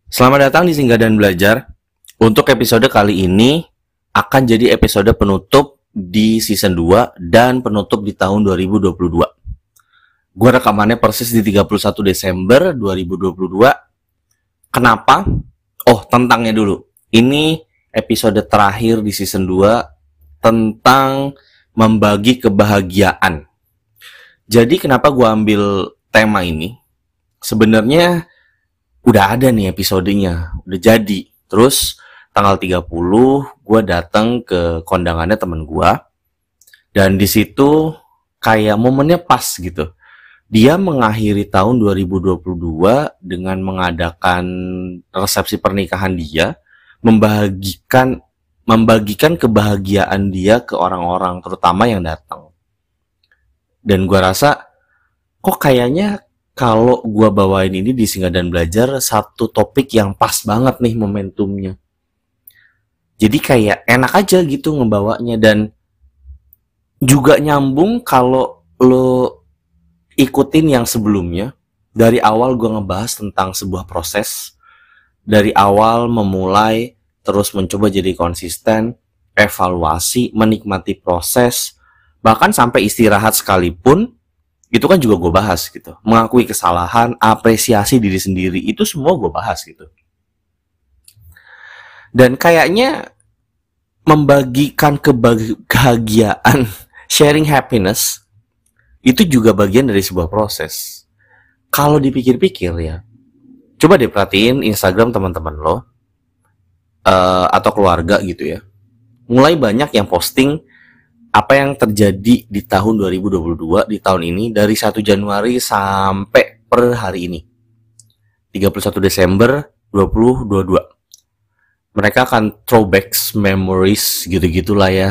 Selamat datang di Singgah dan Belajar. Untuk episode kali ini akan jadi episode penutup di season 2 dan penutup di tahun 2022. Gue rekamannya persis di 31 Desember 2022. Kenapa? Oh, tentangnya dulu. Ini episode terakhir di season 2 tentang membagi kebahagiaan. Jadi kenapa gue ambil tema ini? Sebenarnya udah ada nih episodenya, udah jadi. Terus tanggal 30 gue datang ke kondangannya temen gue, dan di situ kayak momennya pas gitu. Dia mengakhiri tahun 2022 dengan mengadakan resepsi pernikahan dia, membagikan kebahagiaan dia ke orang-orang terutama yang datang. Dan gue rasa kok kayaknya kalau gue bawain ini di Singgah dan Belajar satu topik yang pas banget nih momentumnya. Jadi kayak enak aja gitu ngebawanya, dan juga nyambung kalau lo ikutin yang sebelumnya. Dari awal gue ngebahas tentang sebuah proses, dari awal memulai, terus mencoba jadi konsisten, evaluasi, menikmati proses, bahkan sampai istirahat sekalipun, itu kan juga gue bahas gitu. Mengakui kesalahan, apresiasi diri sendiri, itu semua gue bahas gitu. Dan kayaknya membagikan kebahagiaan, sharing happiness, itu juga bagian dari sebuah proses. Kalau dipikir-pikir ya, coba deh perhatiin Instagram teman-teman lo, atau keluarga gitu ya. Mulai banyak yang posting apa yang terjadi di tahun 2022, di tahun ini, dari 1 Januari sampai per hari ini, 31 Desember 2022. Mereka akan throwbacks, memories, gitu-gitulah ya.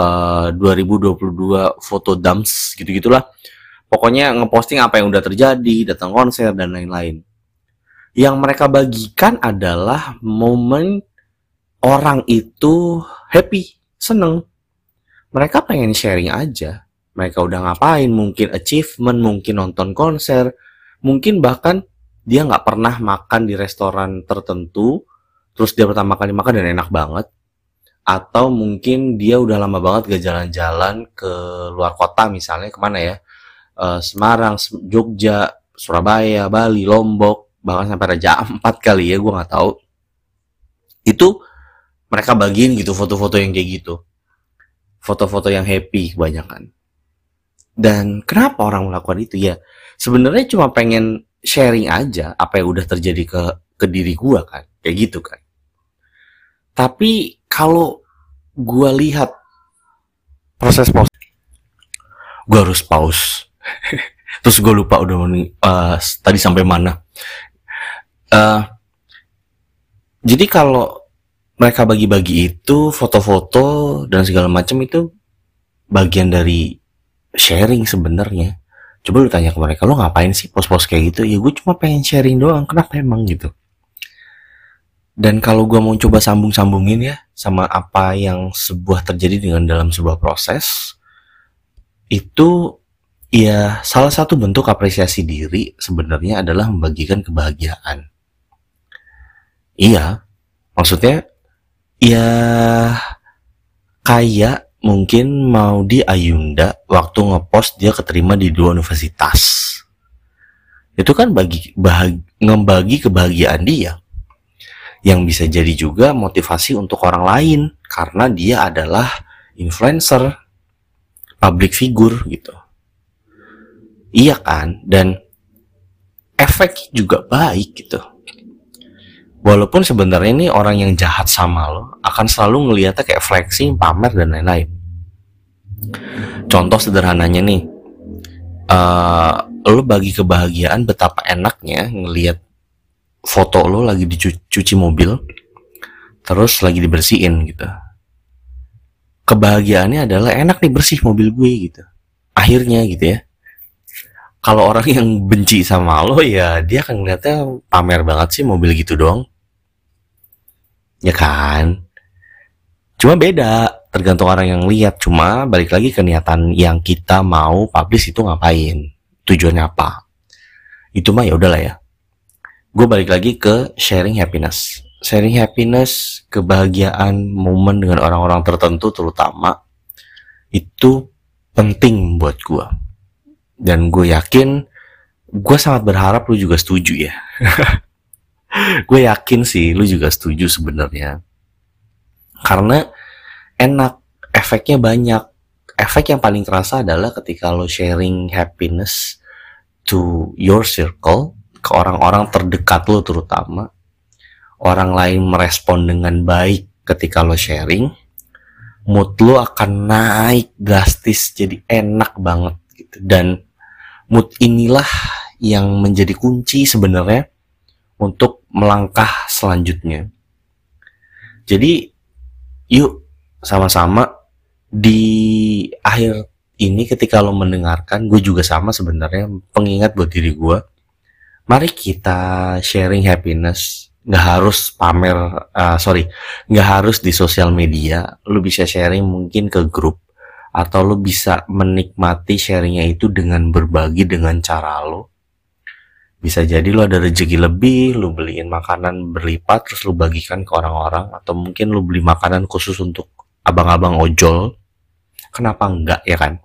2022 foto dumps, gitu-gitulah. Pokoknya ngeposting apa yang udah terjadi, datang konser, dan lain-lain. Yang mereka bagikan adalah momen orang itu happy, seneng. Mereka pengen sharing aja. Mereka udah ngapain, mungkin achievement, mungkin nonton konser, mungkin bahkan dia nggak pernah makan di restoran tertentu, terus dia pertama kali makan dan enak banget. Atau mungkin dia udah lama banget gak jalan-jalan ke luar kota, misalnya kemana ya, Semarang, Jogja, Surabaya, Bali, Lombok, bahkan sampai Raja Ampat kali ya, gue nggak tahu. Itu mereka bagiin gitu foto-foto yang kayak gitu, foto-foto yang happy kebanyakan. Dan kenapa orang melakukan itu ya? Sebenarnya cuma pengen sharing aja apa yang udah terjadi ke diri gua kan, kayak gitu kan. Tapi kalau gua lihat proses pause, gua harus pause. Terus gua lupa udah tadi sampai mana. Jadi kalau mereka bagi-bagi itu foto-foto dan segala macam, itu bagian dari sharing sebenarnya. Coba lu tanya ke mereka, lo ngapain sih post-post kayak gitu? Ya gue cuma pengen sharing doang, kenapa emang gitu? Dan kalau gue mau coba sambung-sambungin ya sama apa yang sebuah terjadi dengan dalam sebuah proses, itu ya salah satu bentuk apresiasi diri sebenarnya adalah membagikan kebahagiaan. Iya, maksudnya ya kayak mungkin Maudy Ayunda waktu ngepost dia keterima di 2 universitas. Itu kan ngebagi kebahagiaan dia, yang bisa jadi juga motivasi untuk orang lain karena dia adalah influencer, public figure gitu. Iya kan? Dan efek juga baik gitu. Walaupun sebenarnya ini orang yang jahat sama lo akan selalu ngeliatnya kayak flexing, pamer, dan lain-lain. Contoh sederhananya nih, lo bagi kebahagiaan, betapa enaknya ngeliat foto lo lagi dicuci mobil, terus lagi dibersihin gitu. Kebahagiaannya adalah enak nih bersih mobil gue gitu. Akhirnya gitu ya. Kalau orang yang benci sama lo ya dia akan ngeliatnya pamer banget sih mobil gitu doang. Ya kan? Cuma beda, tergantung orang yang lihat. Cuma balik lagi ke niatan yang kita mau publish itu ngapain, tujuannya apa. Itu mah ya udahlah ya. gue balik lagi ke sharing happiness. Sharing happiness, kebahagiaan, momen dengan orang-orang tertentu terutama, itu penting buat gue. Dan gue yakin, gue sangat berharap lu juga setuju ya. Gue yakin sih lu juga setuju sebenarnya. Karena enak, efeknya banyak. Efek yang paling terasa adalah ketika lo sharing happiness to your circle, ke orang-orang terdekat lo terutama, orang lain merespon dengan baik ketika lo sharing, mood lo akan naik drastis, jadi enak banget gitu. Dan mood inilah yang menjadi kunci sebenarnya untuk melangkah selanjutnya. Jadi yuk sama-sama di akhir ini ketika lo mendengarkan, gue juga sama sebenarnya pengingat buat diri gue. Mari kita sharing happiness. Nggak harus pamer, nggak harus di sosial media. Lo bisa sharing mungkin ke grup, atau lo bisa menikmati sharingnya itu dengan berbagi dengan cara lo. Bisa jadi lo ada rezeki lebih, lo beliin makanan berlipat, terus lo bagikan ke orang-orang, atau mungkin lo beli makanan khusus untuk abang-abang ojol. Kenapa enggak, ya kan?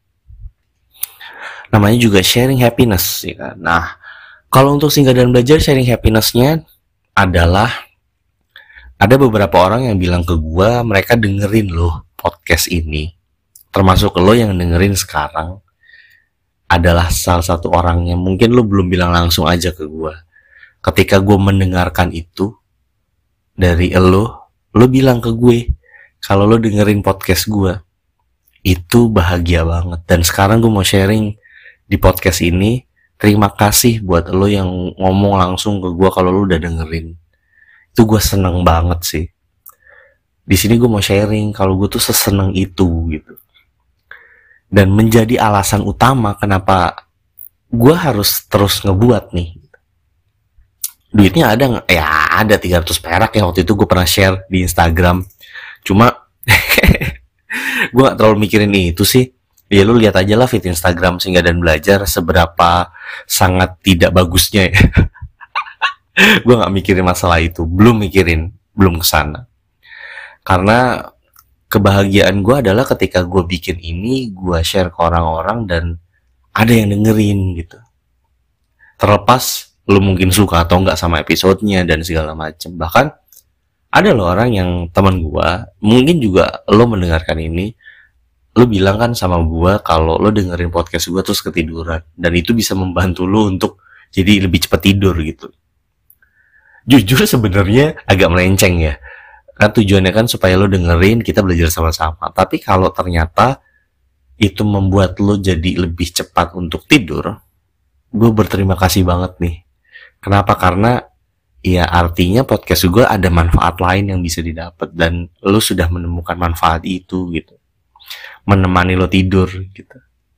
Namanya juga sharing happiness, ya kan? Nah, kalau untuk Singgah dan Belajar, sharing happiness-nya adalah ada beberapa orang yang bilang ke gua, mereka dengerin loh podcast ini. Termasuk lo yang dengerin sekarang adalah salah satu orang yang mungkin lo belum bilang langsung aja ke gua. Ketika gua mendengarkan itu dari lo bilang ke gue, kalau lo dengerin podcast gua, itu bahagia banget. Dan sekarang gue mau sharing di podcast ini. Terima kasih buat lo yang ngomong langsung ke gue kalau lo udah dengerin. Itu gue seneng banget sih. Di sini gue mau sharing kalau gue tuh seseneng itu gitu. Dan menjadi alasan utama kenapa gue harus terus ngebuat nih. Duitnya ada nggak? Ya ada 300 perak ya, waktu itu gue pernah share di Instagram. Cuma gue gak terlalu mikirin itu sih. Ya lu lihat aja lah feed Instagram Singgah dan Belajar seberapa sangat tidak bagusnya ya. Gue gak mikirin masalah itu, belum kesana. Karena kebahagiaan gue adalah ketika gue bikin ini, gue share ke orang-orang dan ada yang dengerin gitu. Terlepas lu mungkin suka atau enggak sama episodenya dan segala macem. Bahkan ada loh orang yang teman gue, mungkin juga lo mendengarkan ini, lo bilang kan sama gue kalau lo dengerin podcast gue terus ketiduran, dan itu bisa membantu lo untuk jadi lebih cepat tidur gitu. Jujur sebenarnya agak melenceng ya, kan tujuannya kan supaya lo dengerin, kita belajar sama-sama. Tapi kalau ternyata itu membuat lo jadi lebih cepat untuk tidur, gue berterima kasih banget nih. Kenapa? Karena ya artinya podcast gue ada manfaat lain yang bisa didapat, dan lo sudah menemukan manfaat itu gitu, menemani lo tidur gitu.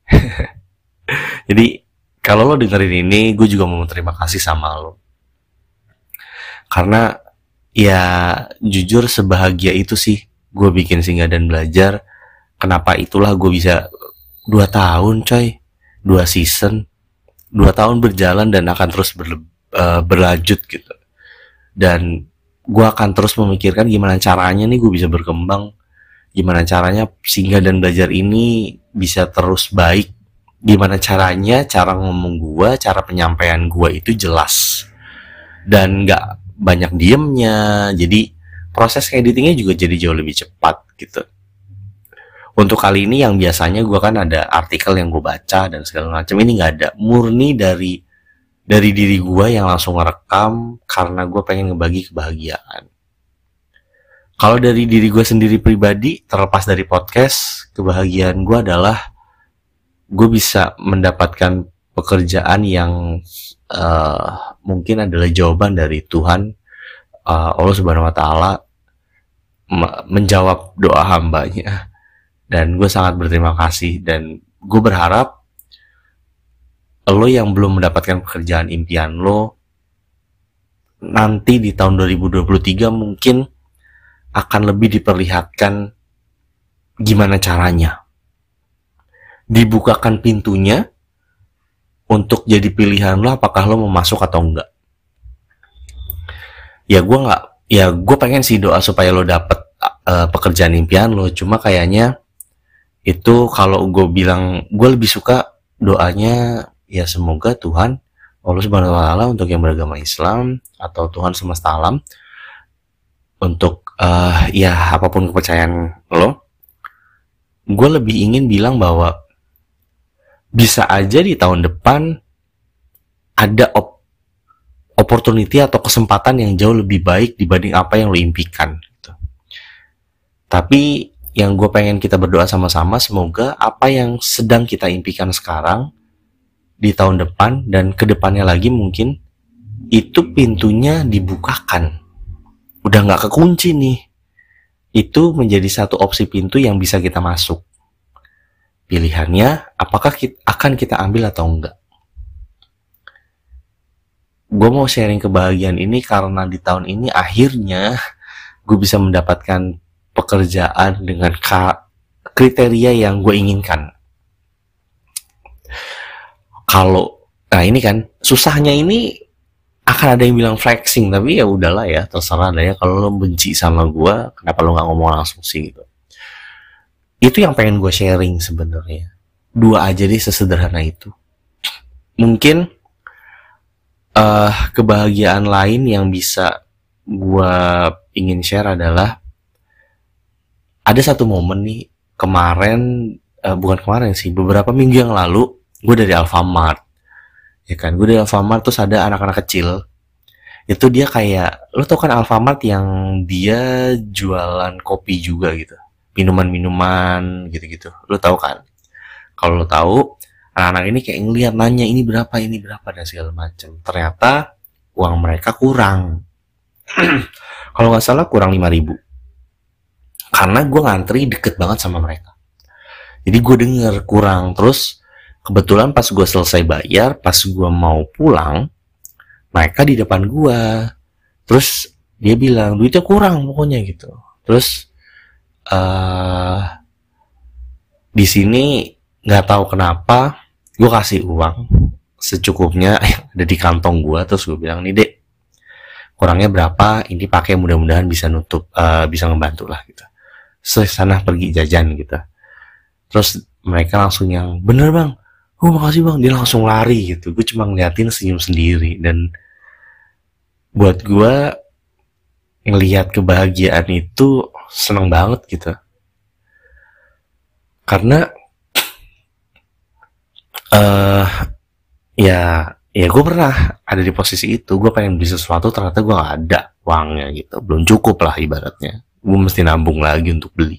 Jadi kalau lo dengerin ini, gue juga mau terima kasih sama lo, karena ya jujur sebahagia itu sih gue bikin Singgah dan Belajar. Kenapa itulah gue bisa 2 tahun coy, 2 season, 2 tahun berjalan dan akan terus berlanjut gitu. Dan gue akan terus memikirkan gimana caranya nih gue bisa berkembang, gimana caranya Singgah dan Belajar ini bisa terus baik, gimana caranya cara ngomong gue, cara penyampaian gue itu jelas dan gak banyak diemnya. Jadi proses editingnya juga jadi jauh lebih cepat gitu. Untuk kali ini yang biasanya gue kan ada artikel yang gue baca dan segala macam, ini gak ada, murni dari diri gue yang langsung ngerekam karena gue pengen ngebagi kebahagiaan. Kalau dari diri gue sendiri pribadi, terlepas dari podcast, kebahagiaan gue adalah gue bisa mendapatkan pekerjaan yang mungkin adalah jawaban dari Tuhan, Allah Subhanahu Wa Taala menjawab doa hambanya. Dan gue sangat berterima kasih, dan gue berharap lo yang belum mendapatkan pekerjaan impian lo, nanti di tahun 2023 mungkin akan lebih diperlihatkan gimana caranya, dibukakan pintunya untuk jadi pilihan lo apakah lo mau masuk atau enggak. Ya gue nggak, ya gue pengen sih doa supaya lo dapet pekerjaan impian lo. Cuma kayaknya itu kalau gue bilang, gue lebih suka doanya ya semoga Tuhan Allah Subhanahu wa taala untuk yang beragama Islam atau Tuhan semesta alam untuk ya apapun kepercayaan lo, gue lebih ingin bilang bahwa bisa aja di tahun depan ada opportunity atau kesempatan yang jauh lebih baik dibanding apa yang lo impikan gitu. Tapi yang gue pengen kita berdoa sama-sama, semoga apa yang sedang kita impikan sekarang di tahun depan dan kedepannya lagi mungkin itu pintunya dibukakan, udah nggak kekunci nih, itu menjadi satu opsi pintu yang bisa kita masuk. Pilihannya apakah akan kita ambil atau enggak. Gue mau sharing kebahagiaan ini karena di tahun ini akhirnya gue bisa mendapatkan pekerjaan dengan kriteria yang gue inginkan. Nah ini kan susahnya ini akan ada yang bilang flexing, tapi ya udahlah ya, terserah ada ya. Kalau lo benci sama gue, kenapa lo nggak ngomong langsung sih gitu. Itu yang pengen gue sharing sebenarnya. Dua aja deh sesederhana itu. Mungkin kebahagiaan lain yang bisa gue ingin share adalah ada satu momen nih kemarin, bukan kemarin sih, beberapa minggu yang lalu gue dari Alfamart, ya kan, gue dari Alfamart terus ada anak-anak kecil, itu dia kayak, lo tau kan Alfamart yang dia jualan kopi juga gitu, minuman-minuman gitu-gitu, lo tau kan? Kalau lo tahu, anak-anak ini kayak ngeliat, nanya ini berapa dan segala macam. Ternyata uang mereka kurang. Kalau nggak salah kurang 5.000. Karena gue ngantri deket banget sama mereka. Jadi gue denger kurang. Terus kebetulan pas gue selesai bayar, pas gue mau pulang, mereka di depan gue. Terus dia bilang duitnya kurang pokoknya gitu. Terus di sini nggak tahu kenapa gue kasih uang secukupnya yang ada di kantong gue. Terus gue bilang, nih dek, kurangnya berapa, ini pakai, mudah-mudahan bisa nutup, bisa ngebantu lah gitu, sana pergi jajan gitu. Terus mereka langsung yang, bener bang, oh makasih bang, dia langsung lari gitu. Gue cuma ngeliatin senyum sendiri. Dan buat gue ngelihat kebahagiaan itu seneng banget gitu, karena ya gue pernah ada di posisi itu. Gue pengen beli sesuatu, ternyata gue gak ada uangnya gitu, belum cukup lah ibaratnya, gue mesti nabung lagi untuk beli.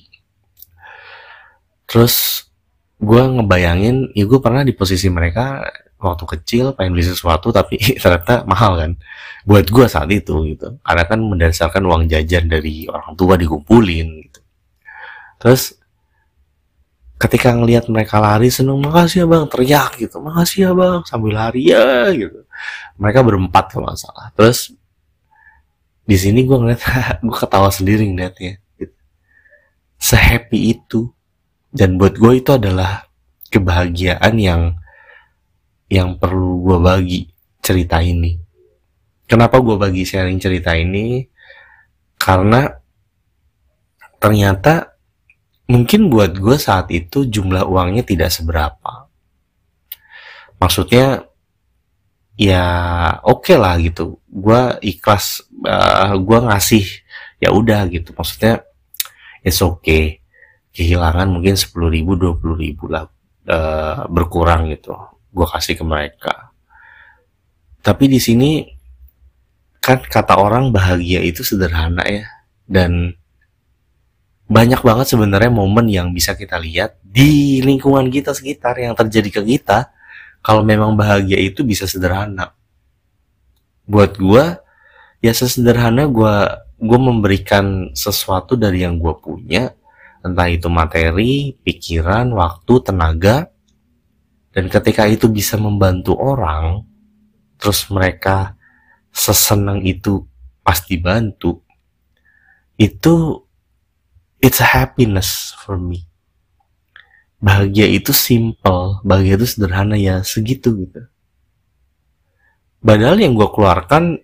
Terus gue ngebayangin, ya gue pernah di posisi mereka waktu kecil pengen beli sesuatu tapi ternyata mahal kan buat gue saat itu gitu, karena kan mendasarkan uang jajan dari orang tua dikumpulin gitu. Terus ketika ngelihat mereka lari seneng, makasih ya bang, teriak gitu, makasih ya bang, sambil lari ya gitu. Mereka berempat kalau nggak salah. Terus di sini gue ngeliat gue ketawa sendiri ngeliatnya gitu. Se-happy itu. Dan buat gue itu adalah kebahagiaan yang perlu gue bagi cerita ini. Kenapa gue bagi sharing cerita ini? Karena ternyata mungkin buat gue saat itu jumlah uangnya tidak seberapa. Maksudnya ya oke lah gitu. Gue ikhlas, gue ngasih ya udah gitu. Maksudnya it's okay. Kehilangan mungkin 10.000, 20.000 lah, berkurang gitu. Gue kasih ke mereka. Tapi di sini kan kata orang bahagia itu sederhana ya. Dan banyak banget sebenarnya momen yang bisa kita lihat di lingkungan kita sekitar yang terjadi ke kita. Kalau memang bahagia itu bisa sederhana. Buat gue, ya sesederhana gue memberikan sesuatu dari yang gue punya, entah itu materi, pikiran, waktu, tenaga, dan ketika itu bisa membantu orang, terus mereka sesenang itu pas dibantu, itu it's a happiness for me. Bahagia itu simple, bahagia itu sederhana, ya segitu gitu. Padahal yang gue keluarkan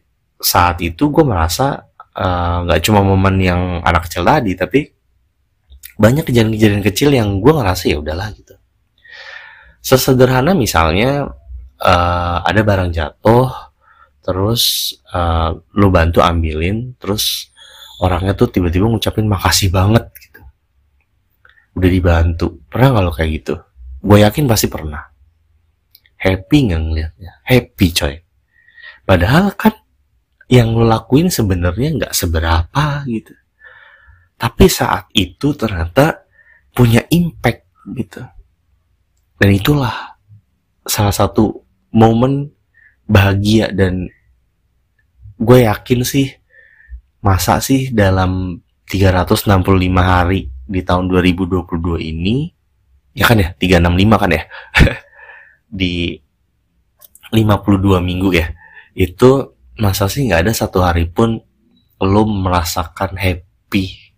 saat itu gue merasa nggak cuma momen yang anak kecil tadi, tapi banyak kejadian-kejadian kecil yang gue ngerasa ya udahlah gitu. Sesederhana misalnya ada barang jatuh, terus lu bantu ambilin, terus orangnya tuh tiba-tiba ngucapin makasih banget gitu, udah dibantu. Pernah nggak lo kayak gitu? Gue yakin pasti pernah. Happy nggak ngeliatnya? Happy coy. Padahal kan yang lo lakuin sebenarnya nggak seberapa gitu, tapi saat itu ternyata punya impact gitu. Dan itulah salah satu momen bahagia. Dan gue yakin sih, masa sih dalam 365 hari di tahun 2022 ini, ya kan ya, 365 kan ya, di 52 minggu ya, itu masa sih nggak ada satu hari pun lo merasakan happy.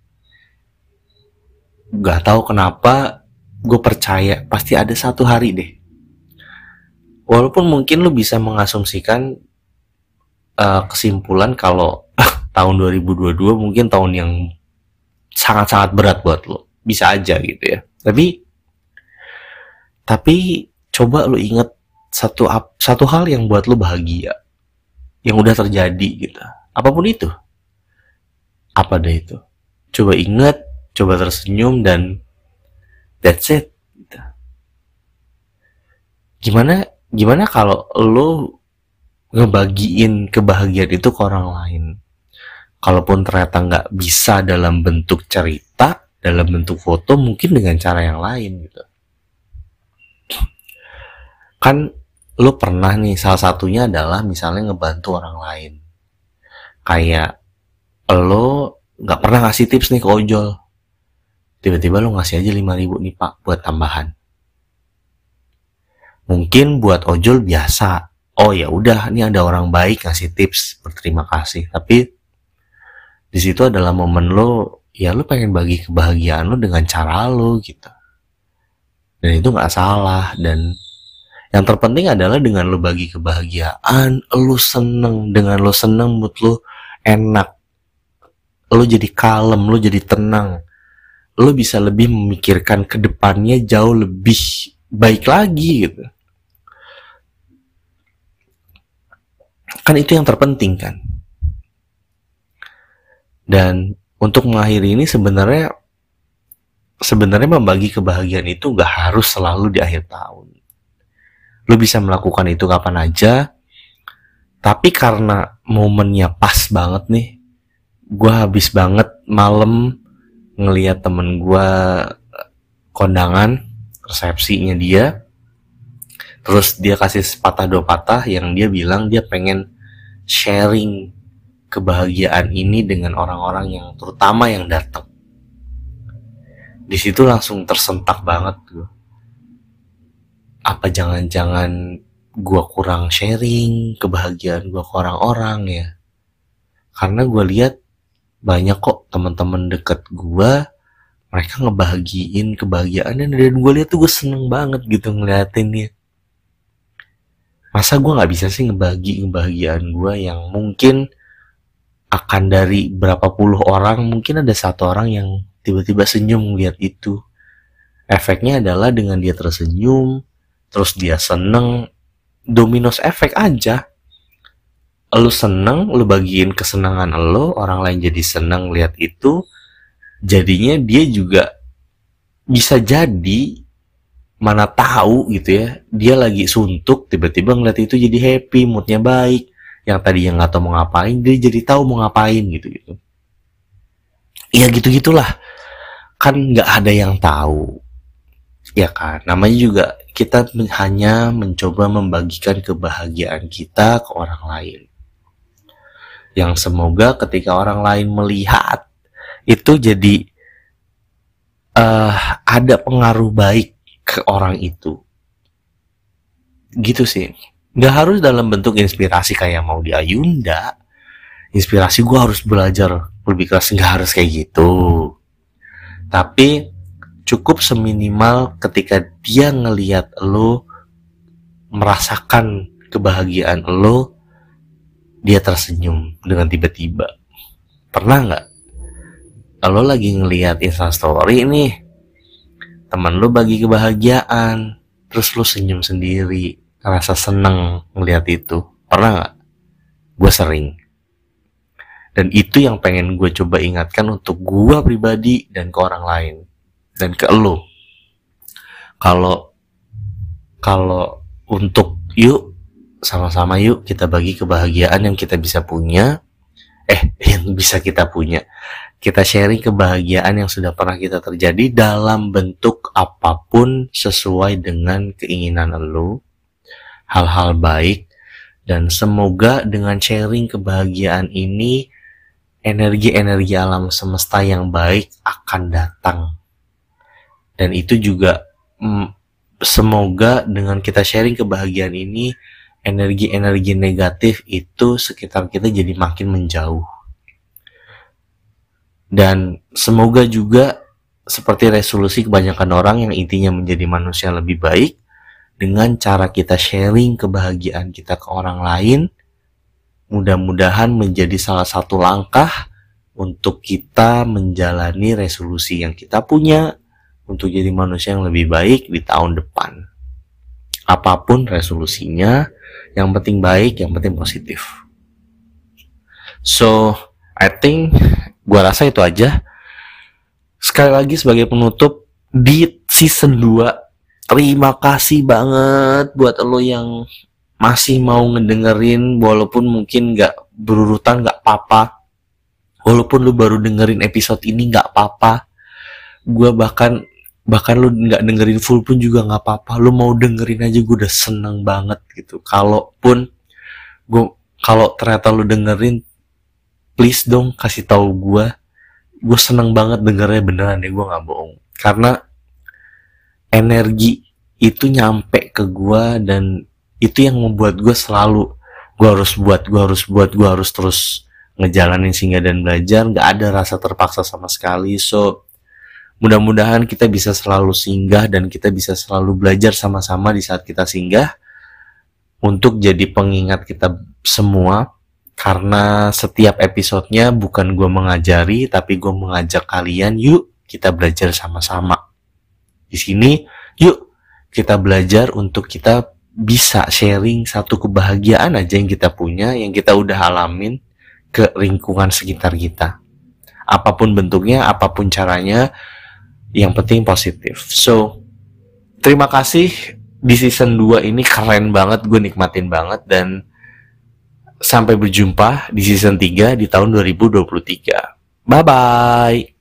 Gak tahu kenapa, gue percaya pasti ada satu hari deh. Walaupun mungkin lo bisa mengasumsikan kesimpulan kalau tahun 2022 mungkin tahun yang sangat-sangat berat buat lo, bisa aja gitu ya. Tapi coba lo ingat satu hal yang buat lo bahagia, yang udah terjadi gitu, apapun itu. Apa deh itu? Coba ingat, coba tersenyum, dan that's it gitu. Gimana kalau lo ngebagiin kebahagiaan itu ke orang lain? Kalaupun ternyata nggak bisa dalam bentuk cerita, dalam bentuk foto, mungkin dengan cara yang lain gitu. Kan lo pernah nih, salah satunya adalah misalnya ngebantu orang lain. Kayak lo nggak pernah ngasih tips nih ke ojol, tiba-tiba lo ngasih aja 5.000 nih pak buat tambahan. Mungkin buat ojol biasa, oh ya udah, ini ada orang baik ngasih tips, berterima kasih. Tapi di situ adalah momen lo, ya lo pengen bagi kebahagiaan lo dengan cara lo gitu. Dan itu nggak salah. Dan yang terpenting adalah dengan lo bagi kebahagiaan, lo seneng. Dengan lo seneng, mood lo enak, lo jadi kalem, lo jadi tenang, lo bisa lebih memikirkan ke depannya jauh lebih baik lagi gitu. Kan itu yang terpenting kan. Dan untuk mengakhiri ini, sebenarnya membagi kebahagiaan itu gak harus selalu di akhir tahun. Lo bisa melakukan itu kapan aja. Tapi karena momennya pas banget nih, gue habis banget malam ngelihat temen gue kondangan, resepsinya dia. Terus dia kasih sepatah dua patah yang dia bilang dia pengen sharing kebahagiaan ini dengan orang-orang yang terutama yang datang. Di situ langsung tersentak banget gue. Apa jangan-jangan gue kurang sharing kebahagiaan gue ke orang-orang ya? Karena gue lihat banyak kok teman-teman deket gue, mereka ngebahagiin kebahagiaannya, dan gue lihat tuh gue seneng banget gitu ngeliatinnya. Masa gue nggak bisa sih ngebagi kebahagiaan gue yang mungkin akan dari berapa puluh orang, mungkin ada satu orang yang tiba-tiba senyum ngeliat itu. Efeknya adalah dengan dia tersenyum, terus dia seneng, dominos efek aja. Lu seneng, lu bagiin kesenangan lu, orang lain jadi seneng lihat itu, jadinya dia juga bisa jadi, mana tahu gitu ya, dia lagi suntuk, tiba-tiba ngeliat itu jadi happy, moodnya baik. Yang tadi yang nggak tahu mau ngapain, dia jadi tahu mau ngapain gitu. Ya gitu-gitulah. Kan nggak ada yang tahu, ya kan. Namanya juga kita hanya mencoba membagikan kebahagiaan kita ke orang lain. Yang semoga ketika orang lain melihat itu jadi ada pengaruh baik ke orang itu. Gitu sih. Gak harus dalam bentuk inspirasi kayak mau di Ayunda. Inspirasi gue harus belajar lebih keras, gak harus kayak gitu. Tapi cukup seminimal ketika dia ngelihat lo merasakan kebahagiaan lo, dia tersenyum dengan tiba-tiba. Pernah nggak lo lagi ngelihat Instastory nih, teman lo bagi kebahagiaan, terus lo senyum sendiri, ngerasa seneng ngelihat itu? Pernah nggak? Gue sering. Dan itu yang pengen gue coba ingatkan untuk gue pribadi dan ke orang lain dan ke lo. Kalau untuk yuk sama-sama yuk kita bagi kebahagiaan yang kita bisa punya, yang bisa kita punya. Kita sharing kebahagiaan yang sudah pernah kita terjadi dalam bentuk apapun sesuai dengan keinginan lo, hal-hal baik, dan semoga dengan sharing kebahagiaan ini energi-energi alam semesta yang baik akan datang. Dan itu juga semoga dengan kita sharing kebahagiaan ini, energi-energi negatif itu sekitar kita jadi makin menjauh. Dan semoga juga seperti resolusi kebanyakan orang yang intinya menjadi manusia lebih baik, dengan cara kita sharing kebahagiaan kita ke orang lain, mudah-mudahan menjadi salah satu langkah untuk kita menjalani resolusi yang kita punya untuk jadi manusia yang lebih baik di tahun depan. Apapun resolusinya, yang penting baik, yang penting positif. So, I think gua rasa itu aja. Sekali lagi sebagai penutup di season 2, terima kasih banget buat lo yang masih mau ngedengerin, walaupun mungkin gak berurutan gak apa-apa, walaupun lo baru dengerin episode ini gak apa-apa. Gue bahkan lo gak dengerin full pun juga gak apa-apa. Lo mau dengerin aja gue udah seneng banget gitu. Kalau ternyata lo dengerin, please dong kasih tahu gue seneng banget dengernya, beneran deh, gue gak bohong. Karena energi itu nyampe ke gue, dan itu yang membuat gue selalu, gue harus terus ngejalanin singgah dan belajar, gak ada rasa terpaksa sama sekali. So, mudah-mudahan kita bisa selalu singgah dan kita bisa selalu belajar sama-sama di saat kita singgah, untuk jadi pengingat kita semua. Karena setiap episodenya bukan gue mengajari, tapi gue mengajak kalian, yuk kita belajar sama-sama. Di sini, yuk kita belajar untuk kita bisa sharing satu kebahagiaan aja yang kita punya, yang kita udah alamin ke lingkungan sekitar kita. Apapun bentuknya, apapun caranya, yang penting positif. So, terima kasih. Di season 2 ini keren banget, gue nikmatin banget, dan sampai berjumpa di season 3 di tahun 2023. Bye-bye.